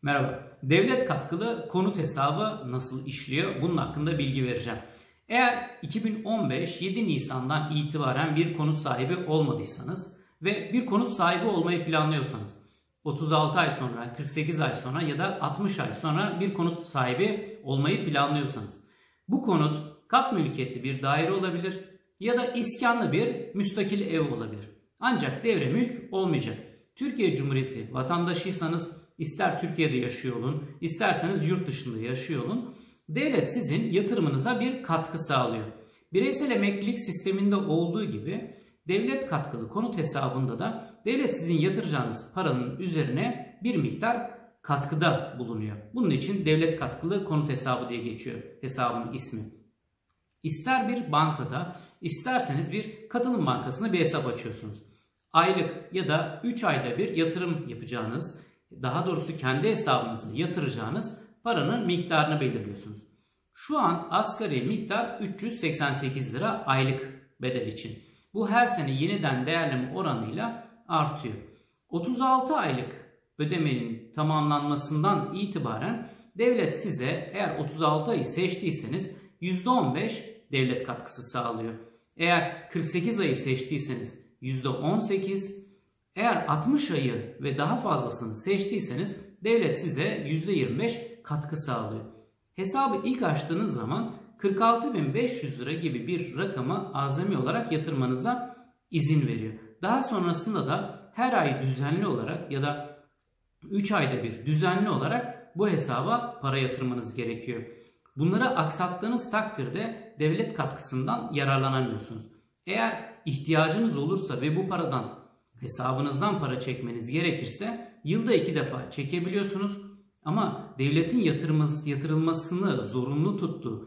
Merhaba. Devlet katkılı konut hesabı nasıl işliyor? Bunun hakkında bilgi vereceğim. Eğer 2015 7 Nisan'dan itibaren bir konut sahibi olmadıysanız ve bir konut sahibi olmayı planlıyorsanız 36 ay sonra, 48 ay sonra ya da 60 ay sonra bir konut sahibi olmayı planlıyorsanız bu konut kat mülkiyetli bir daire olabilir ya da iskanlı bir müstakil ev olabilir. Ancak devre mülk olmayacak. Türkiye Cumhuriyeti vatandaşıysanız İster Türkiye'de yaşıyor olun, isterseniz yurt dışında yaşıyor olun, devlet sizin yatırımınıza bir katkı sağlıyor. Bireysel emeklilik sisteminde olduğu gibi devlet katkılı konut hesabında da devlet sizin yatıracağınız paranın üzerine bir miktar katkıda bulunuyor. Bunun için devlet katkılı konut hesabı diye geçiyor hesabın ismi. İster bir bankada, isterseniz bir katılım bankasında bir hesap açıyorsunuz. Aylık ya da 3 ayda bir yatırım yapacağınız, daha doğrusu kendi hesabınıza yatıracağınız paranın miktarını belirliyorsunuz. Şu an asgari miktar 388 lira aylık bedel için. Bu her sene yeniden değerleme oranıyla artıyor. 36 aylık ödemenin tamamlanmasından itibaren devlet size, eğer 36 ayı seçtiyseniz %15 devlet katkısı sağlıyor. Eğer 48 ayı seçtiyseniz %18, eğer 60 ayı ve daha fazlasını seçtiyseniz devlet size %25 katkı sağlıyor. Hesabı ilk açtığınız zaman 46.500 lira gibi bir rakamı azami olarak yatırmanıza izin veriyor. Daha sonrasında da her ay düzenli olarak ya da 3 ayda bir düzenli olarak bu hesaba para yatırmanız gerekiyor. Bunları aksattığınız takdirde devlet katkısından yararlanamıyorsunuz. Eğer ihtiyacınız olursa ve bu paradan hesabınızdan para çekmeniz gerekirse yılda 2 defa çekebiliyorsunuz. Ama devletin yatırılmasını zorunlu tuttuğu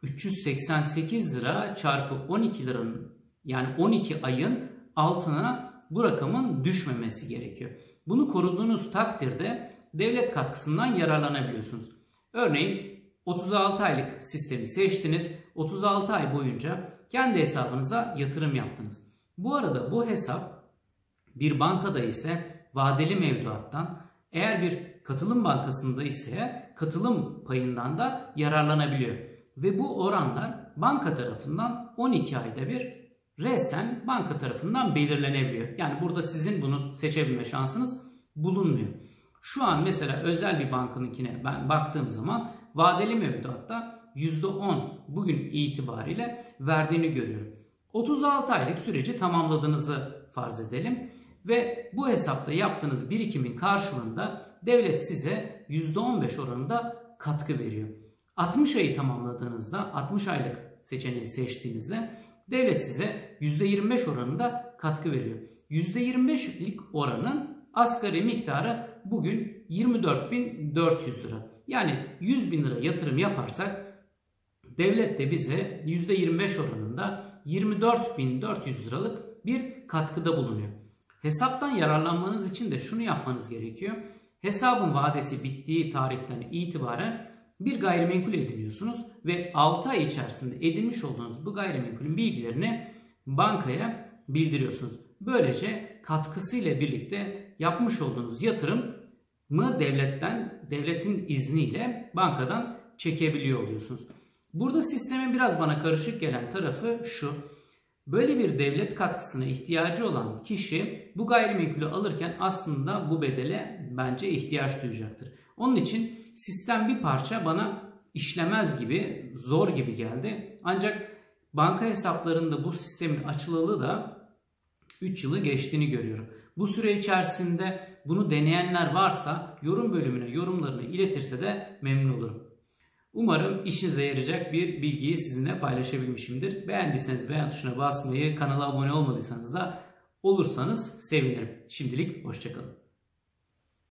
388 lira çarpı 12 liranın, yani 12 ayın altına bu rakamın düşmemesi gerekiyor. Bunu koruduğunuz takdirde devlet katkısından yararlanabiliyorsunuz. Örneğin 36 aylık sistemi seçtiniz. 36 ay boyunca kendi hesabınıza yatırım yaptınız. Bu arada bu hesap bir bankada ise vadeli mevduattan, eğer bir katılım bankasında ise katılım payından da yararlanabiliyor. Ve bu oranlar banka tarafından 12 ayda bir resen banka tarafından belirlenebiliyor. Yani burada sizin bunu seçebilme şansınız bulunmuyor. Şu an mesela özel bir bankanınkine ben baktığım zaman vadeli mevduatta %10 bugün itibariyle verdiğini görüyorum. 36 aylık süreci tamamladığınızı farz edelim. Ve bu hesapta yaptığınız birikimin karşılığında devlet size %15 oranında katkı veriyor. 60 ayı tamamladığınızda, 60 aylık seçeneği seçtiğinizde devlet size %25 oranında katkı veriyor. %25'lik oranın asgari miktarı bugün 24.400 lira. Yani 100.000 lira yatırım yaparsak devlet de bize %25 oranında 24.400 liralık bir katkıda bulunuyor. Hesaptan yararlanmanız için de şunu yapmanız gerekiyor. Hesabın vadesi bittiği tarihten itibaren bir gayrimenkul ediniyorsunuz ve 6 ay içerisinde edinmiş olduğunuz bu gayrimenkulün bilgilerini bankaya bildiriyorsunuz. Böylece katkısıyla birlikte yapmış olduğunuz yatırımı devletin izniyle bankadan çekebiliyor oluyorsunuz. Burada sistemin biraz bana karışık gelen tarafı şu. Böyle bir devlet katkısına ihtiyacı olan kişi bu gayrimenkulü alırken aslında bu bedele bence ihtiyaç duyacaktır. Onun için sistem bir parça bana işlemez gibi, zor gibi geldi. Ancak banka hesaplarında bu sistemin açılalı da 3 yılı geçtiğini görüyorum. Bu süre içerisinde bunu deneyenler varsa yorum bölümüne yorumlarını iletirse de memnun olurum. Umarım işinize yarayacak bir bilgiyi sizinle paylaşabilmişimdir. Beğendiyseniz beğen tuşuna basmayı, kanala abone olmadıysanız da olursanız sevinirim. Şimdilik hoşça kalın.